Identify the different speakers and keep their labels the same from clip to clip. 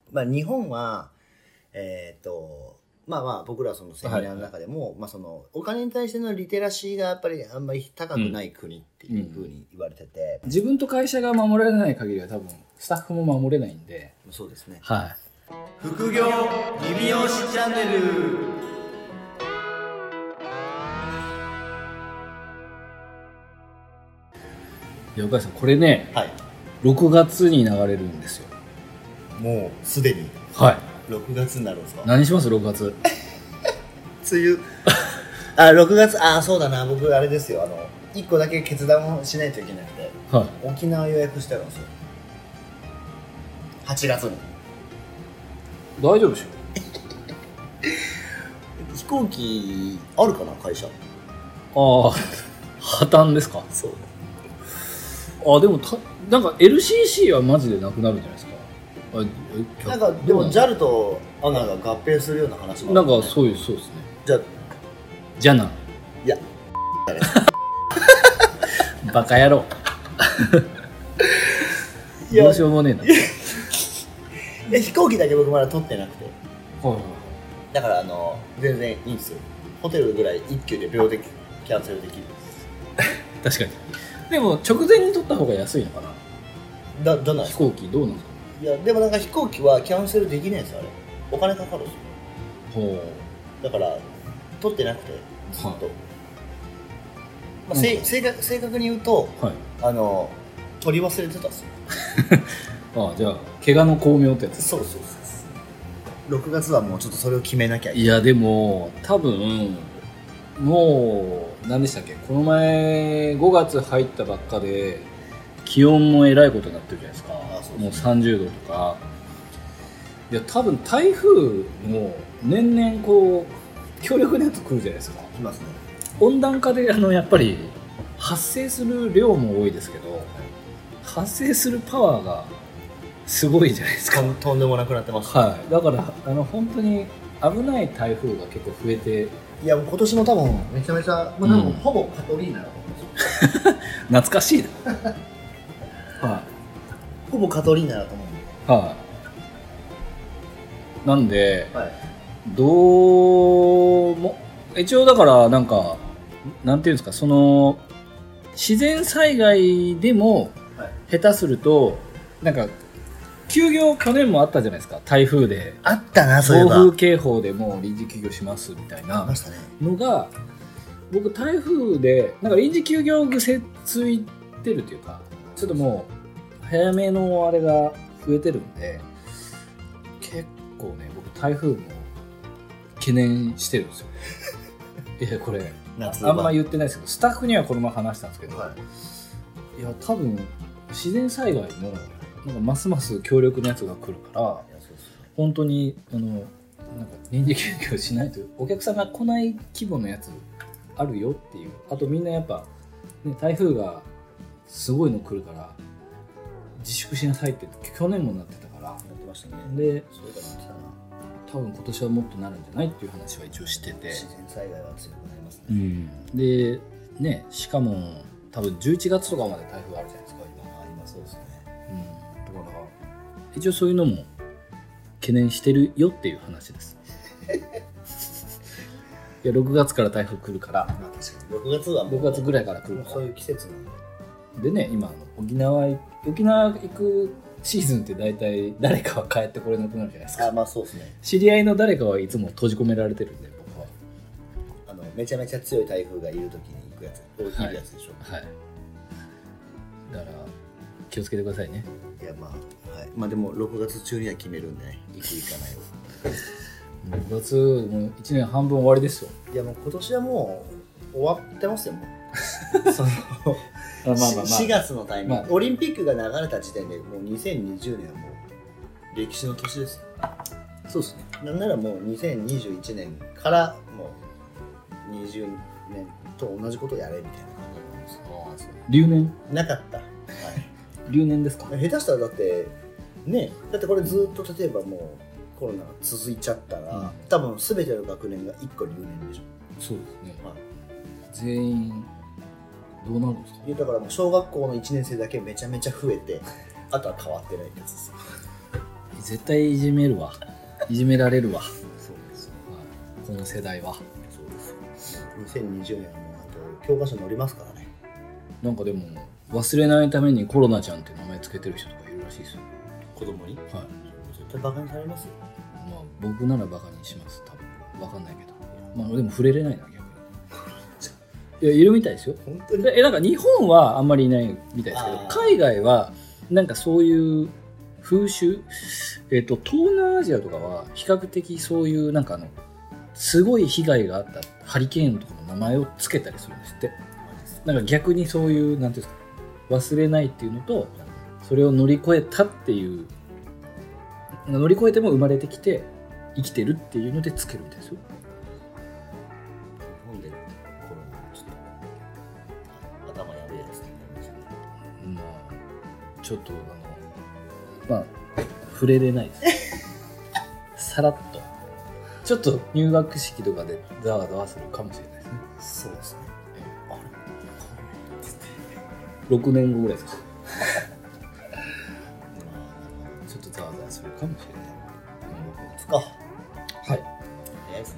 Speaker 1: まあ日本はまあまあ僕らそのセミナーの中でも、まあそのお金に対してのリテラシーがやっぱりあんまり高くない国っていうふうに言われてて、
Speaker 2: 自分と会社が守られない限りは多分スタッフも守れないんで。
Speaker 1: そうですね。
Speaker 2: はい。
Speaker 1: 副業リビオシチャンネル。
Speaker 2: いや岡井さんこれね、
Speaker 1: はい、
Speaker 2: 6月に流れるんですよ。
Speaker 1: もうすでに
Speaker 2: はい
Speaker 1: 6月になるんですか。
Speaker 2: 何します6月
Speaker 1: 梅雨6月そうだな、僕あれですよ、1個だけ決断をしないといけなくて、
Speaker 2: はい。
Speaker 1: 沖縄予約してあるんですよ、8月に。
Speaker 2: 大丈夫でし
Speaker 1: 飛行機あるかな、会社。
Speaker 2: ょ。破綻ですか。
Speaker 1: そう。
Speaker 2: でもなんか LCC はマジでなくなるんじゃないですか。
Speaker 1: なんかでも JAL とANA が合併するような話もある、ね、
Speaker 2: なんかそうですね。
Speaker 1: じゃ
Speaker 2: な。
Speaker 1: いや
Speaker 2: バカ野郎。どうしようもねえな。
Speaker 1: 飛行機だけ僕まだ取ってなくて、
Speaker 2: はいはい。
Speaker 1: だから全然いいんですよ。ホテルぐらい一休で秒でキャンセルできる。
Speaker 2: 確かに。でも直前に取った方が安いのかな。
Speaker 1: じゃないですか。
Speaker 2: 飛行機どうなんですか。
Speaker 1: いやでもなんか飛行機はキャンセルできないんですよ、あれ。お金かかるんですよ。
Speaker 2: ほ
Speaker 1: だから取ってなくてずっと、
Speaker 2: はい
Speaker 1: まあ正確に言うと、
Speaker 2: はい。
Speaker 1: 取り忘れてたんですよ。
Speaker 2: じゃあ怪我の巧妙ってやつ。
Speaker 1: そう6月はもうちょっとそれを決めなきゃいけない。
Speaker 2: いやでも多分もう何でしたっけ、この前5月入ったばっかで気温もえらいことになってるじゃないですか。
Speaker 1: そう
Speaker 2: もう30度とか。いや多分台風も年々こう強力なやつ来るじゃないですか。
Speaker 1: 来ますね。
Speaker 2: 温暖化でやっぱり発生する量も多いですけど、発生するパワーがすごいじゃないですか。
Speaker 1: とんでもなくなってます、
Speaker 2: はい、だから本当に危ない台風が結構増えて。
Speaker 1: いやもう今年も多分めちゃめちゃ、まあ、多分ほぼカトリーナだと思うんですよ。
Speaker 2: 懐かしいな。はい、
Speaker 1: ほぼカトリーナだと思うんで。
Speaker 2: はい、なんで、
Speaker 1: はい、
Speaker 2: どうも一応だからなんかなんていうんですか、その自然災害でも下手するとなんか休業去年もあったじゃないですか。台風で
Speaker 1: あったな、そういえば。
Speaker 2: 暴風警報でもう臨時休業しますみたいなのが、僕台風でなんか臨時休業癖ついてるというか、ちょっともう早めのあれが増えてるんで、結構ね僕台風も懸念してるんですよ。いやこれあんま言ってないですけど、スタッフにはこの前話したんですけど、はい、いや多分自然災害もなんかますます強力なやつが来るから、本当になんか臨時休業しないとお客さんが来ない規模のやつあるよっていう。あとみんなやっぱ、ね、台風がすごいの来るから自粛しなさいって去年もなってたから。なってましたね。で、それからなってたな。多分今年はもっとなるんじゃないっていう話は一応してて。自然災害は強くなりますね。うん、でね、しかも多分11月とかまで台風あるじゃないですか今。今そうですね。だから一応そういうのも懸念してるよっていう話です。いや6月から台風来るから、まあ、確かに6月はもう6月ぐらいから来るから、そういう季節なんで。でね、今沖縄行くシーズンって大体誰かは帰ってこれなくなるじゃないですか。まあそうですね。知り合いの誰かはいつも閉じ込められてるんで、僕はめちゃめちゃ強い台風がいるときに行くやつ、大きいやつでしょ。はい、だから気をつけてくださいね。いやまあ、はい、まあでも6月中には決めるんでね、行く行かないを。6月もう1年半分終わりですよ。いやもう今年はもう終わってますよ。もうその4月のタイミング、オリンピックが流れた時点でもう2020年はもう歴史の年ですよ。そうですね。なんならもう2021年からもう20年と同じことをやれみたいな感じなんです。留年なかった、はい、留年ですか。下手したらだってね、だってこれずっと例えばもうコロナが続いちゃったら、多分全ての学年が1個留年でしょ。そうですね、はい、全員どうなるんですか。いやだからもう小学校の1年生だけめちゃめちゃ増えてあとは変わってないやつです。 絶対いじめるわ。いじめられるわ。
Speaker 1: そうです、
Speaker 2: この世代は。
Speaker 1: そうです。2020年はもうあと教科書載りますからね。
Speaker 2: なんかでも忘れないためにコロナちゃんって名前つけてる人とかいるらしいですよ。
Speaker 1: 子供に？はい。絶対バカにされますよ。
Speaker 2: まあ僕ならバカにします。多分わかんないけど。まあでも触れれないな逆に。いやいるみたいですよ。
Speaker 1: 本当に？
Speaker 2: なんか日本はあんまりいないみたいですけど、海外はなんかそういう風習、東南アジアとかは比較的そういうなんかすごい被害があったハリケーンとかの名前をつけたりするんですって。なんか逆にそういうなんていうんですか、忘れないっていうのとそれを乗り越えたっていう、乗り越えても生まれてきて生きてるっていうのでつけるみたいですよ。
Speaker 1: 日本でコロナちょっと頭やべえやつになりましたね。
Speaker 2: まあちょっとまあ触れれないですさらっとちょっと入学式とかでざわざわするかもしれないですね。
Speaker 1: そうですね。
Speaker 2: 6年後ぐらいですかちょっとざわざわするかもしれない。
Speaker 1: ですか。
Speaker 2: はい。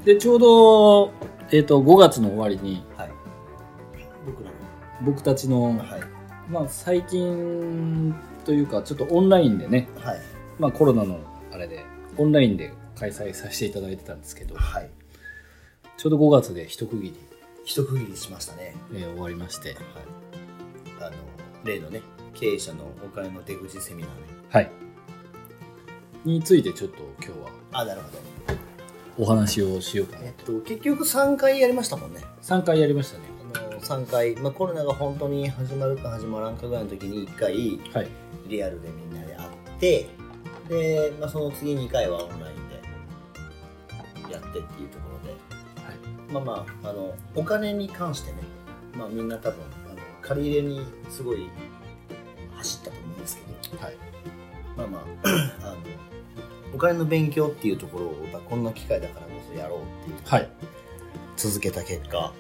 Speaker 2: でちょうど、5月の終わりに、はい、僕たちの、はい、まあ、最近というかちょっとオンラインでね、はい、まあ、コロナのあれでオンラインで開催させていただいてたんですけど、はい、ちょうど5月で一区切り
Speaker 1: しましたね。
Speaker 2: 終わりまして、
Speaker 1: はい、例のね経営者のお金の出口セミナーね、
Speaker 2: はい、についてちょっと今日は
Speaker 1: なるほど
Speaker 2: お話をしようかな
Speaker 1: 結局3回やりましたもんね。
Speaker 2: 3回やりましたね。
Speaker 1: 3回、まあ、コロナが本当に始まるか始まらんかぐらいの時に1回、はい、リアルでみんなで会ってで、まあ、その次2回はオンラインでやってっていうところで、はい、まあお金に関してね、まあ、みんな多分借り入れにすごい走ったと思うんですけど、はい、まあお金の勉強っていうところをこんな機会だからこそやろうっていうところで、はい、続けた結果、はい、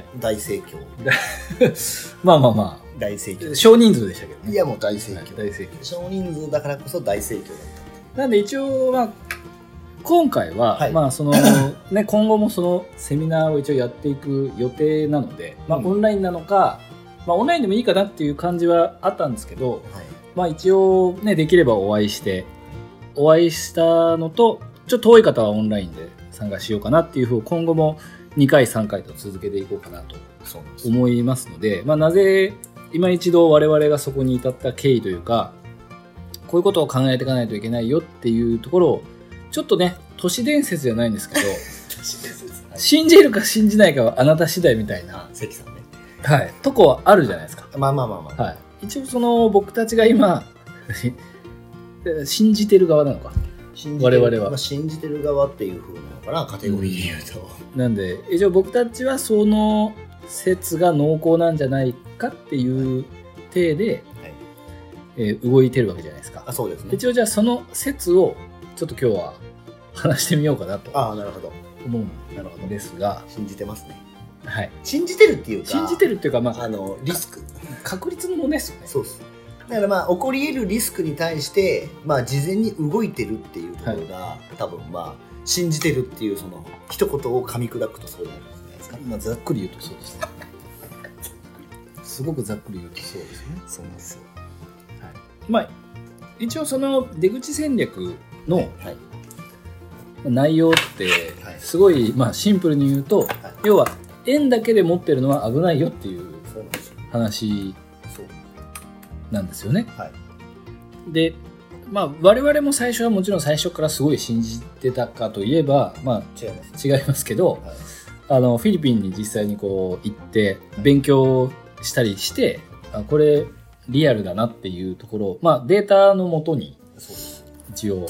Speaker 1: 大盛況
Speaker 2: まあ
Speaker 1: 大盛況、
Speaker 2: 少人数でしたけどね。
Speaker 1: いやもう大盛況、はい、
Speaker 2: 大盛況、
Speaker 1: 少人数だからこそ大盛況だった。
Speaker 2: なんで一応、まあ、今回は、はい、まあそのね、今後もそのセミナーを一応やっていく予定なので、まあ、オンラインなのか、まあ、オンラインでもいいかなっていう感じはあったんですけど、はい、まあ、一応ねできればお会いしたのとちょっと遠い方はオンラインで参加しようかなっていうふうを今後も2回3回と続けていこうかなと思いますので、まあ、なぜ今一度我々がそこに至った経緯というかこういうことを考えていかないといけないよっていうところをちょっとね都市伝説じゃないんですけど信じるか信じないかはあなた次第みたいな
Speaker 1: 関さんね、
Speaker 2: はい、とこはあるじゃないですか。
Speaker 1: まあ、
Speaker 2: はい、一応その僕たちが今信じてる側なのか我々は、
Speaker 1: まあ、信じてる側っていう風なのかなカテゴリーで言うと、
Speaker 2: なんで一応僕たちはその説が濃厚なんじゃないかっていう体で、はい、動いてるわけじゃないですか。
Speaker 1: あ、そうですね。
Speaker 2: 一応じゃあその説をちょっと今日は話してみようかなと
Speaker 1: なるほど
Speaker 2: 思うんですが、
Speaker 1: 信じてますね。
Speaker 2: はい、
Speaker 1: 信じてるっていうか、
Speaker 2: まあ、
Speaker 1: リスク
Speaker 2: 確率の問題ですよね。
Speaker 1: そうです。だからまあ起こり得るリスクに対して、まあ、事前に動いてるっていうところが、はい、多分まあ信じてるっていうその一言を噛み砕くとそうなるんじゃないですか。
Speaker 2: まあ、ざっくり言うとそうですねすごくざっくり言うとそうですね。
Speaker 1: そうなんですよ。
Speaker 2: はい、まあ一応その出口戦略の、はい、内容ってすごい、まあ、シンプルに言うと、はい、要は円だけで持ってるのは危ないよっていう話なんですよね。はい、で、まあ、我々も最初はもちろん最初からすごい信じてたかといえば、まあ、違いますけど、はい、フィリピンに実際にこう行って勉強したりして、これリアルだなっていうところ、まあ、データのもとに一応、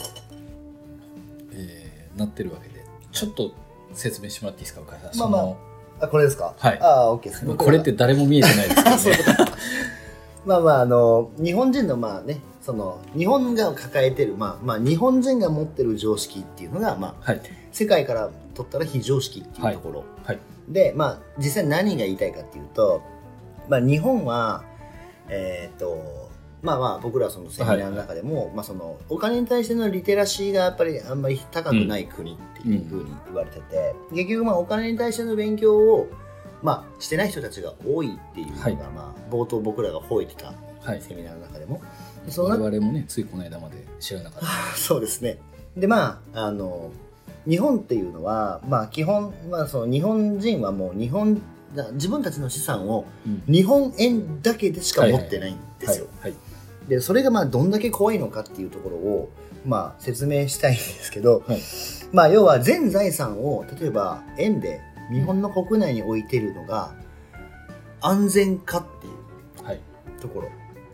Speaker 2: なってるわけで、ちょっと説明してもらっていいですか、岡田さん。
Speaker 1: これですか。
Speaker 2: はい。
Speaker 1: OK です。
Speaker 2: これって誰も見えてないですけどね。
Speaker 1: まあ日本人のまあね、その日本が抱えてるまあ日本人が持ってる常識っていうのがはい、世界から取ったら非常識っていうところ、はいはい、でまあ実際何が言いたいかっていうと、まあ日本は僕らそのセミナーの中でも、そのお金に対してのリテラシーがやっぱりあんまり高くない国っていうふうに言われてて、結局お金に対しての勉強をしてない人たちが多いっていうのが、冒頭僕らが吠えてたセミナーの中でも、
Speaker 2: 我々もねついこの間まで知らなかった
Speaker 1: そうですね。で日本っていうのは、基本、その日本人はもう自分たちの資産を日本円だけでしか持ってないんですよ。でそれがどんだけ怖いのかっていうところを説明したいんですけど、要は全財産を例えば円で日本の国内に置いてるのが安全かっていうところ、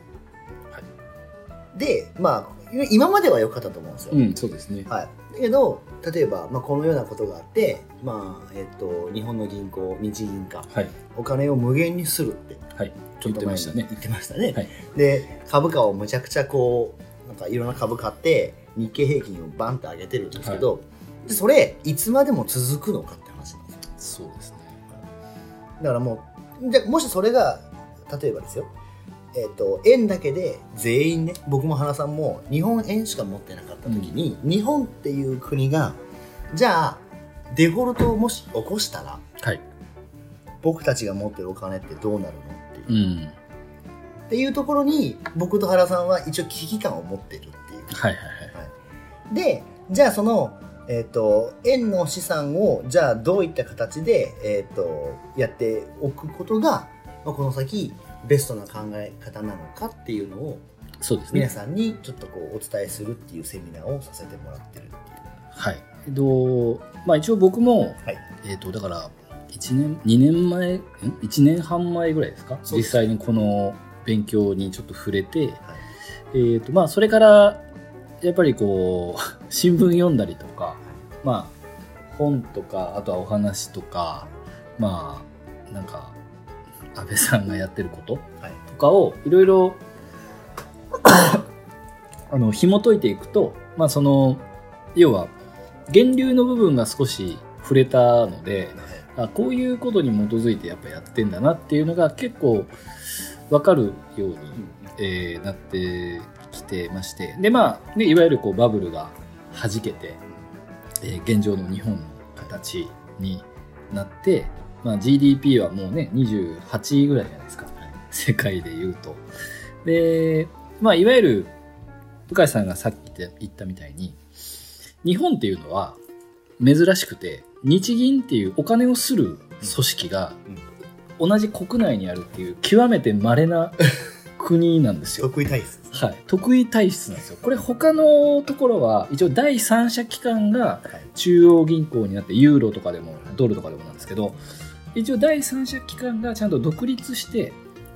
Speaker 1: で今までは良かったと思うんですよ。
Speaker 2: そうですね。
Speaker 1: だけど例えば、このようなことがあって、日本の銀行日銀か、お金を無限にするって、ちょっと前に言ってましたね。で株価をむちゃくちゃいろんな株買って日経平均をバンと上げてるんですけど、それいつまでも続くのかって話なんですよ。
Speaker 2: そうですね。
Speaker 1: だからもしそれが例えばですよ、円だけで全員ね、僕も原さんも日本円しか持ってなかった時に、日本っていう国がじゃあデフォルトをもし起こしたら、僕たちが持ってるお金ってどうなるのっていう、っていうところに僕と原さんは一応危機感を持ってるっていう。でじゃあその円の資産をじゃあどういった形で、やっておくことが、この先ベストな考え方なのかっていうのを、そうですね、皆さんにちょっとお伝えするっていうセミナーをさせてもらってるっていう。
Speaker 2: 一応僕も、だから1年半前ぐらいですか、実際にこの勉強にちょっと触れて、それからやっぱり新聞読んだりとか、本とかあとはお話とか、なんか安倍さんがやってることとかをいろいろ紐解いていくと、その要は源流の部分が少し触れたので、こういうことに基づいてやっぱやってんだなっていうのが結構分かるように、なってきてまして、でいわゆるバブルが弾けて、現状の日本の形になって、GDP はもうね28位ぐらいじゃないですか、世界でいうと。でいわゆる向井さんがさっき言ったみたいに、日本っていうのは珍しくて、日銀っていうお金をする組織が同じ国内にあるっていう極めて稀な国なんですよ。
Speaker 1: 得意体質、
Speaker 2: 得意体質なんですよ。これ他のところは一応第三者機関が中央銀行になって、ユーロとかでもドルとかでもなんですけど、一応第三者機関がちゃんと独立して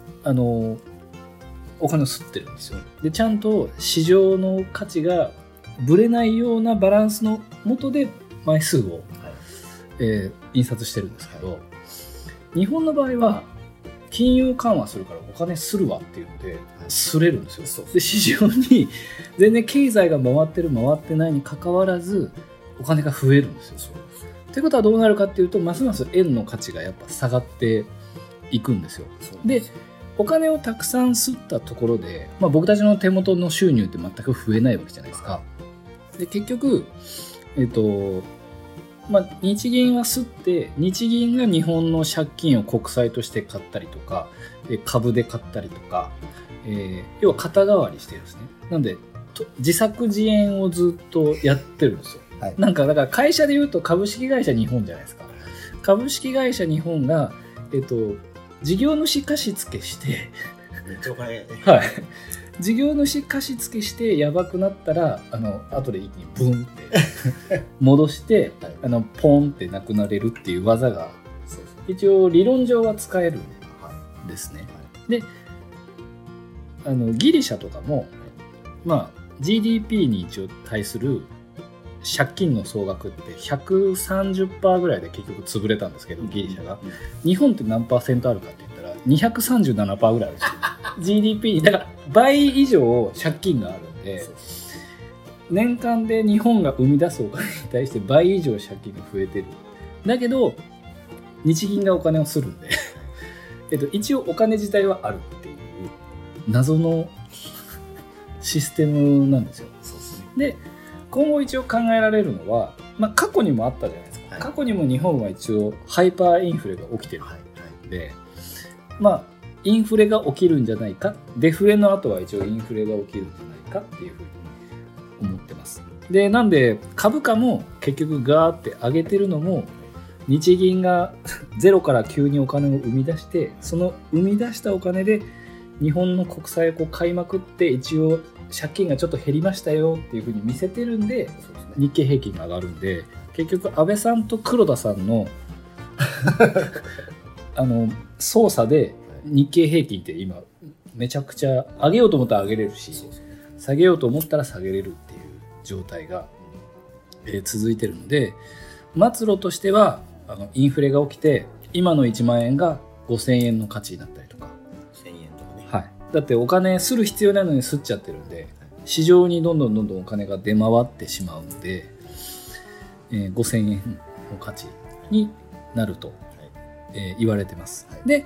Speaker 2: お金を吸ってるんですよ。でちゃんと市場の価値がぶれないようなバランスの下で枚数を、印刷してるんですけど、日本の場合は金融緩和するからお金するわっていうので擦れるんですよ。で市場に全然経済が回ってる回ってないにかかわらずお金が増えるんですよ。ということはどうなるかっていうと、ますます円の価値がやっぱ下がっていくんですよ。でお金をたくさん吸ったところで、僕たちの手元の収入って全く増えないわけじゃないですか。で結局日銀は吸って、日銀が日本の借金を国債として買ったりとか、株で買ったりとか、要は肩代わりしてるんですね。なんで自作自演をずっとやってるんですよ。だから会社でいうと株式会社日本じゃないですか。株式会社日本が、事業主貸付して事業主貸付してやばくなったら後で一気にブンって戻してポンってなくなれるっていう技が一応理論上は使えるんですね。でギリシャとかも、GDP に一応対する借金の総額って 130% ぐらいで結局潰れたんですけど、ギリシャが。日本って何%あるかって言ったら 237% ぐらいあるんですよGDP だから倍以上借金があるんで、年間で日本が生み出すお金に対して倍以上借金が増えてる。だけど日銀がお金をするんで一応お金自体はあるっていう謎のシステムなんですよ。そうですね。で今後一応考えられるのは、過去にもあったじゃないですか、過去にも日本は一応ハイパーインフレが起きてるので、インフレが起きるんじゃないか、デフレの後は一応インフレが起きるんじゃないかっていうふうに思ってます。でなんで株価も結局ガーって上げてるのも日銀がゼロから急にお金を生み出して、その生み出したお金で日本の国債を買いまくって一応借金がちょっと減りましたよっていうふうに見せてるんで、日経平均が上がるんで、結局安倍さんと黒田さんの操作で日経平均って今めちゃくちゃ上げようと思ったら上げれるし、下げようと思ったら下げれるっていう状態が、続いてるので、末路としてはインフレが起きて今の1万円が5000円の価値になったりとか、
Speaker 1: 1000円とかね、
Speaker 2: はい、だってお金する必要ないのにすっちゃってるんで、市場にどんどんお金が出回ってしまうので、5000円の価値になると、言われてます、はい、で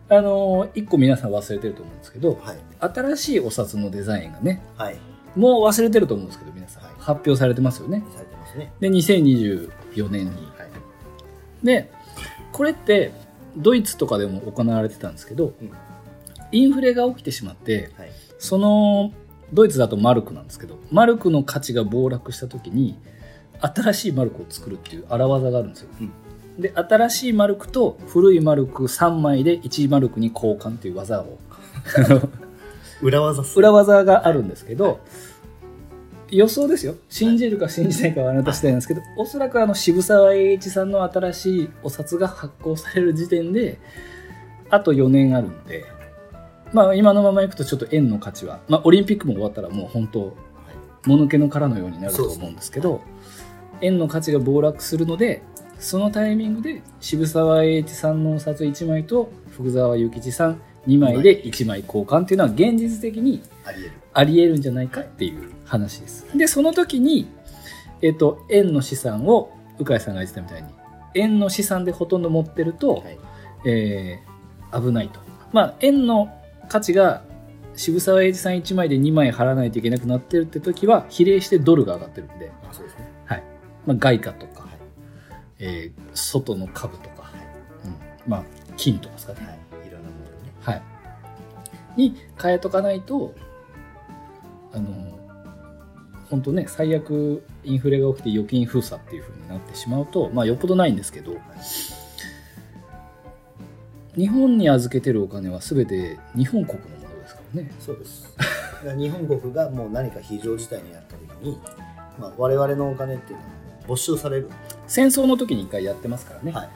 Speaker 2: 1個皆さん忘れてると思うんですけど、はい、新しいお札のデザインがね、はい、もう忘れてると思うんですけど皆さん、はい、発表されてますよね。されてますね。で2024年に、はい、でこれってドイツとかでも行われてたんですけど、インフレが起きてしまって、はい、そのドイツだとマルクなんですけど、マルクの価値が暴落した時に新しいマルクを作るっていう荒技があるんですよ、で新しいマルクと古いマルク3枚で1マルクに交換っていう技を裏技があるんですけど、はい、予想ですよ、信じるか信じないかはあなた次第なんですけど、おそらく渋沢栄一さんの新しいお札が発行される時点であと4年あるんで、今のままいくとちょっと円の価値は、オリンピックも終わったらもう本当もぬけの殻のようになると思うんですけど、円の価値が暴落するので、そのタイミングで渋沢栄一さんのお札1枚と福沢諭吉さん2枚で1枚交換っていうのは現実的にありえるんじゃないかっていう話です。でその時に、円の資産を鵜飼さんが言ってたみたいに円の資産でほとんど持ってると、危ないと。円の価値が渋沢栄一さん1枚で2枚払わないといけなくなってるって時は比例してドルが上がってるんで、そうですね、はい、外貨とか、外の株とか、金とかですかね、いろんなものね、に変えとかないと本当ね、最悪インフレが起きて預金封鎖っていう風になってしまうと、よっぽどないんですけど、日本に預けてるお金は全て日本国のものですからね。
Speaker 1: そうです。日本国がもう何か非常事態にあった時に、我々のお金っていうのは没収される。
Speaker 2: 戦争の時に一回やってますからね、はい、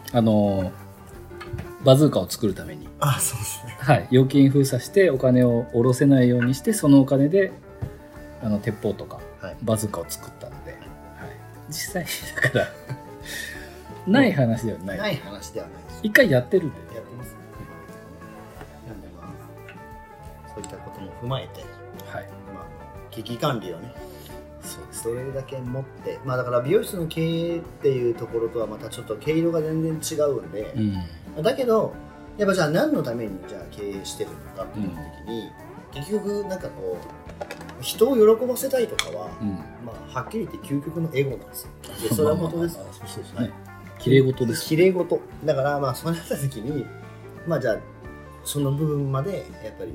Speaker 2: バズーカを作るために、
Speaker 1: そうですね、
Speaker 2: はい、預金封鎖してお金を下ろせないようにして、そのお金で鉄砲とか、バズーカを作ったので、実際にだからない話ではない。
Speaker 1: ない話ではないです。
Speaker 2: 一回やってるんで。
Speaker 1: やってますね。なんでそういったことも踏まえて、危機管理をね、そうですね、どれだけ持って、だから美容室の経営っていうところとはまたちょっと毛色が全然違うんで、だけどやっぱじゃあ何のためにじゃあ経営してるのかっていう時に、結局なんかこう人を喜ばせたいとかは、はっきり言って究極のエゴなんですよ。でそれは本当です。
Speaker 2: そうですね。綺麗事です。
Speaker 1: 綺麗事だからそうなった時にじゃあその部分までやっぱり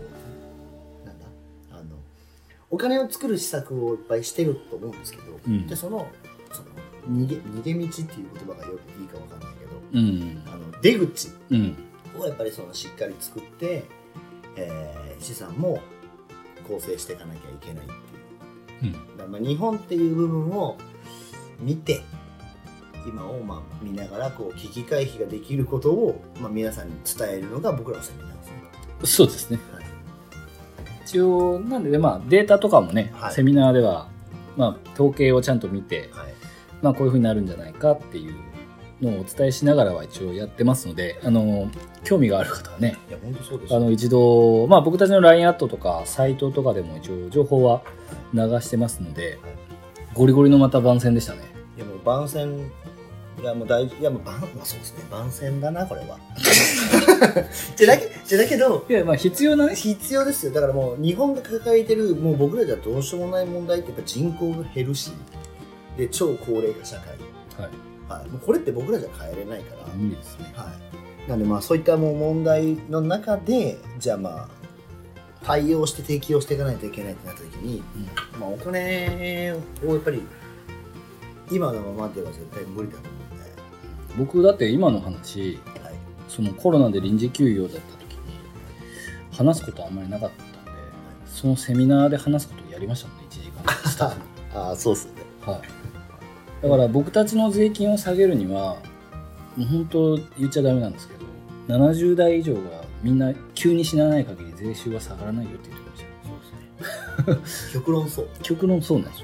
Speaker 1: お金を作る施策をいっぱいしてると思うんですけど、でその逃げ道っていう言葉がよくいいかわかんないけど、出口をやっぱりしっかり作って、資産も構成していかなきゃいけないっていう、だから日本っていう部分を見て今を見ながら危機回避ができることを皆さんに伝えるのが僕らのセミナーですね。
Speaker 2: そうですね。一応なんでね、データとかもね、セミナーでは、統計をちゃんと見て、こういう風になるんじゃないかっていうのをお伝えしながらは一応やってますので、興味がある方はね、
Speaker 1: いや本当そうです、
Speaker 2: 一度、僕たちの LINE アットとかサイトとかでも一応情報は流してますので、ゴリゴリのまた番宣でしたね。
Speaker 1: いやもう番宣、いやもう大事、いやもうそうですね、番宣だなこれは。 じゃだけど、
Speaker 2: いや、まあ必要
Speaker 1: ですよ。だからもう日本が抱えてる、もう僕らじゃどうしようもない問題ってやっぱ人口が減るし、で超高齢化社会、はい、もうこれって僕らじゃ変えれないから
Speaker 2: 無理ですね。
Speaker 1: はい。なんでまあそういったもう問題の中で、じゃあまあ対応して適用していかないといけないってなった時に、まあお金をやっぱり今のままでは絶対無理だと思うんで。
Speaker 2: 僕だって今の話、そのコロナで臨時休業だった時に話すことあんまりなかったんで、そのセミナーで話すことをやりましたもんね、1時間スタッフに。
Speaker 1: ああ、そうっすね。
Speaker 2: はい。だから僕たちの税金を下げるには、もう本当言っちゃダメなんですけど、70代以上がみんな急に死なない限り税収は下がらないよって言ってました。
Speaker 1: そうですね。極論そうなんですよ。
Speaker 2: なんでまあ
Speaker 1: ちょっとね、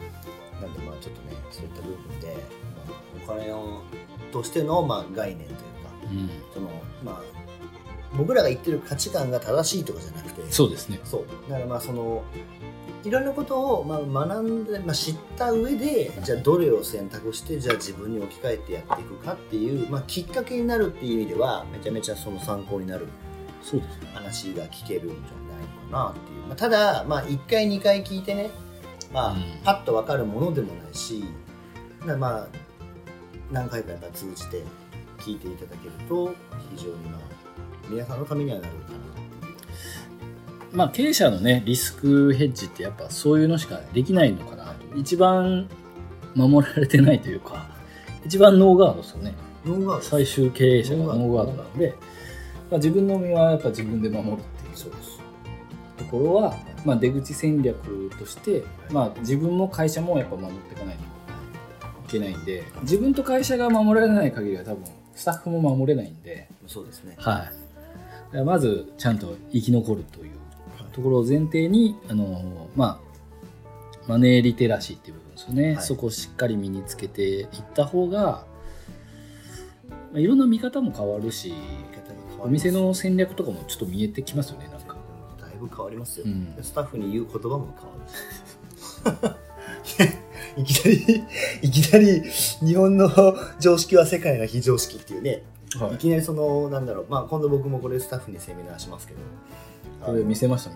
Speaker 1: そういった部分で、お金としてのまあ概念というか、そのまあ僕らが言ってる価値観が正しいとかじゃなくて、
Speaker 2: そうですね。
Speaker 1: そうだからまあそのいろんなことをまあ学んで、まあ、知った上で、じゃあどれを選択して、じゃあ自分に置き換えてやっていくかっていう、まあ、きっかけになるっていう意味ではめちゃめちゃその参考になる話が聞けるんじゃないかなっていう、まあ、ただまあ1回2回聞いてね、まあパッと分かるものでもないし、まあ何回かやっぱ通じて聞いていただけると非常にまあ皆さんのためにはなるかな。
Speaker 2: まあ経営者のねリスクヘッジってやっぱそういうのしかできないのかなと。一番守られてないというか、一番ノーガードですよね。最終経営者がノーガードなので、まあ、自分の身はやっぱ自分で守るっていうところは、まあ、出口戦略として、まあ、自分も会社もやっぱ守っていかないといけないんで、自分と会社が守られない限りは多分スタッフも守れないんで、
Speaker 1: そうですね。
Speaker 2: はい。まずちゃんと生き残るというところを前提に、まあ、マネーリテラシーっていう部分ですよね、はい、そこをしっかり身につけていった方が、いろんな見方も変わるし、お店の戦略とかもちょっと見えてきますよね。なんか
Speaker 1: だいぶ変わりますよ、スタッフに言う言葉も変わるしいきなり日本の常識は世界が非常識っていうね、はい、いきなりそのなんだろう、まあ、今度僕もこれスタッフにセミナーしますけど、
Speaker 2: これ見せました、はい、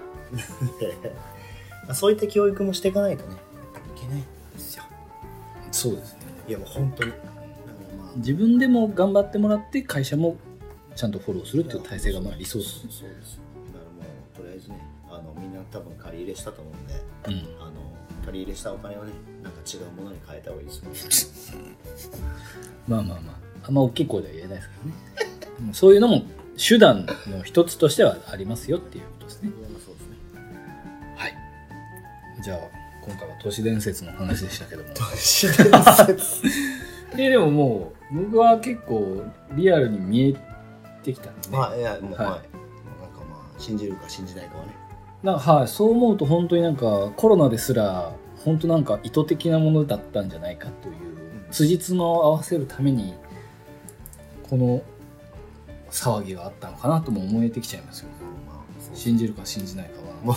Speaker 1: そういった教育もしていかないとねいけないんですよ。
Speaker 2: そうですね。
Speaker 1: いやもう本当に、
Speaker 2: 自分でも頑張ってもらって会社もちゃんとフォローするっていう体制がまあ理想です。
Speaker 1: そうです。だからもうとりあえずね、みんな多分借り入れしたと思うんで、借り入れしたお金をね、なんか違うものに変えた方がいいですよね。
Speaker 2: まああんま大きい声では言えないですけどね。そういうのも手段の一つとしてはありますよっていうことですね。
Speaker 1: そうですね。
Speaker 2: はい。じゃあ今回は都市伝説の話でしたけども。
Speaker 1: 都市伝説。
Speaker 2: でももう僕は結構リアルに見えてきたんで、ね。
Speaker 1: まあいやもう、はい、なんかまあ信じるか信じないかはね。
Speaker 2: はい、そう思うと本当になんかコロナですら本当なんか意図的なものだったんじゃないかという、辻褄を合わせるためにこの騒ぎがあったのかなとも思えてきちゃいますよ。信じるか信じないかは。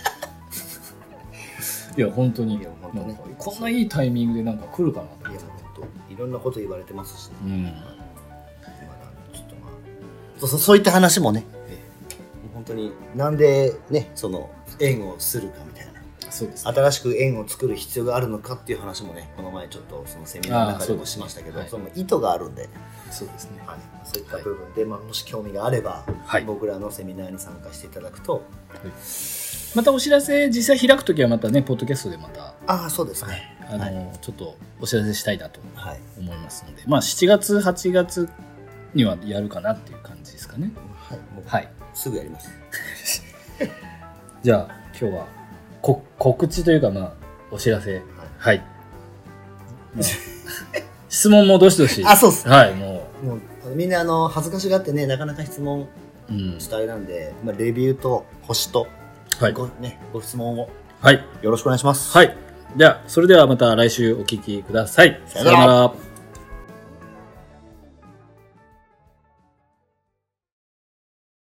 Speaker 2: いや本当に、こんないいタイミングでなんか来るかなって。
Speaker 1: いろんなこと言われてますしね。ちょっとまあそういった話もね、本当になんでねその縁をするかみたいな。そうですね、新しく縁を作る必要があるのかっていう話もね、この前ちょっとそのセミナーの中でもしましたけど、その意図があるんで、
Speaker 2: そうですね、
Speaker 1: はい、そういった部分で、まあ、もし興味があれば、はい、僕らのセミナーに参加していただくと、はい、
Speaker 2: またお知らせ実際開くときはまたねポッドキャストでまた
Speaker 1: そうですね、
Speaker 2: ちょっとお知らせしたいなと思いますので、まあ7月8月にはやるかなっていう感じですかね。
Speaker 1: はい、もうはい、すぐやります
Speaker 2: じゃあ今日は告知というか、まあお知らせ、はい、質問もどしどし。
Speaker 1: そうっす、
Speaker 2: はい、も
Speaker 1: うみんな恥ずかしがってね、なかなか質問したいなんで、まあ、レビューと星とご質問をよろしくお願いします。
Speaker 2: はい、じゃあそれではまた来週お聞きください。
Speaker 1: さよなら。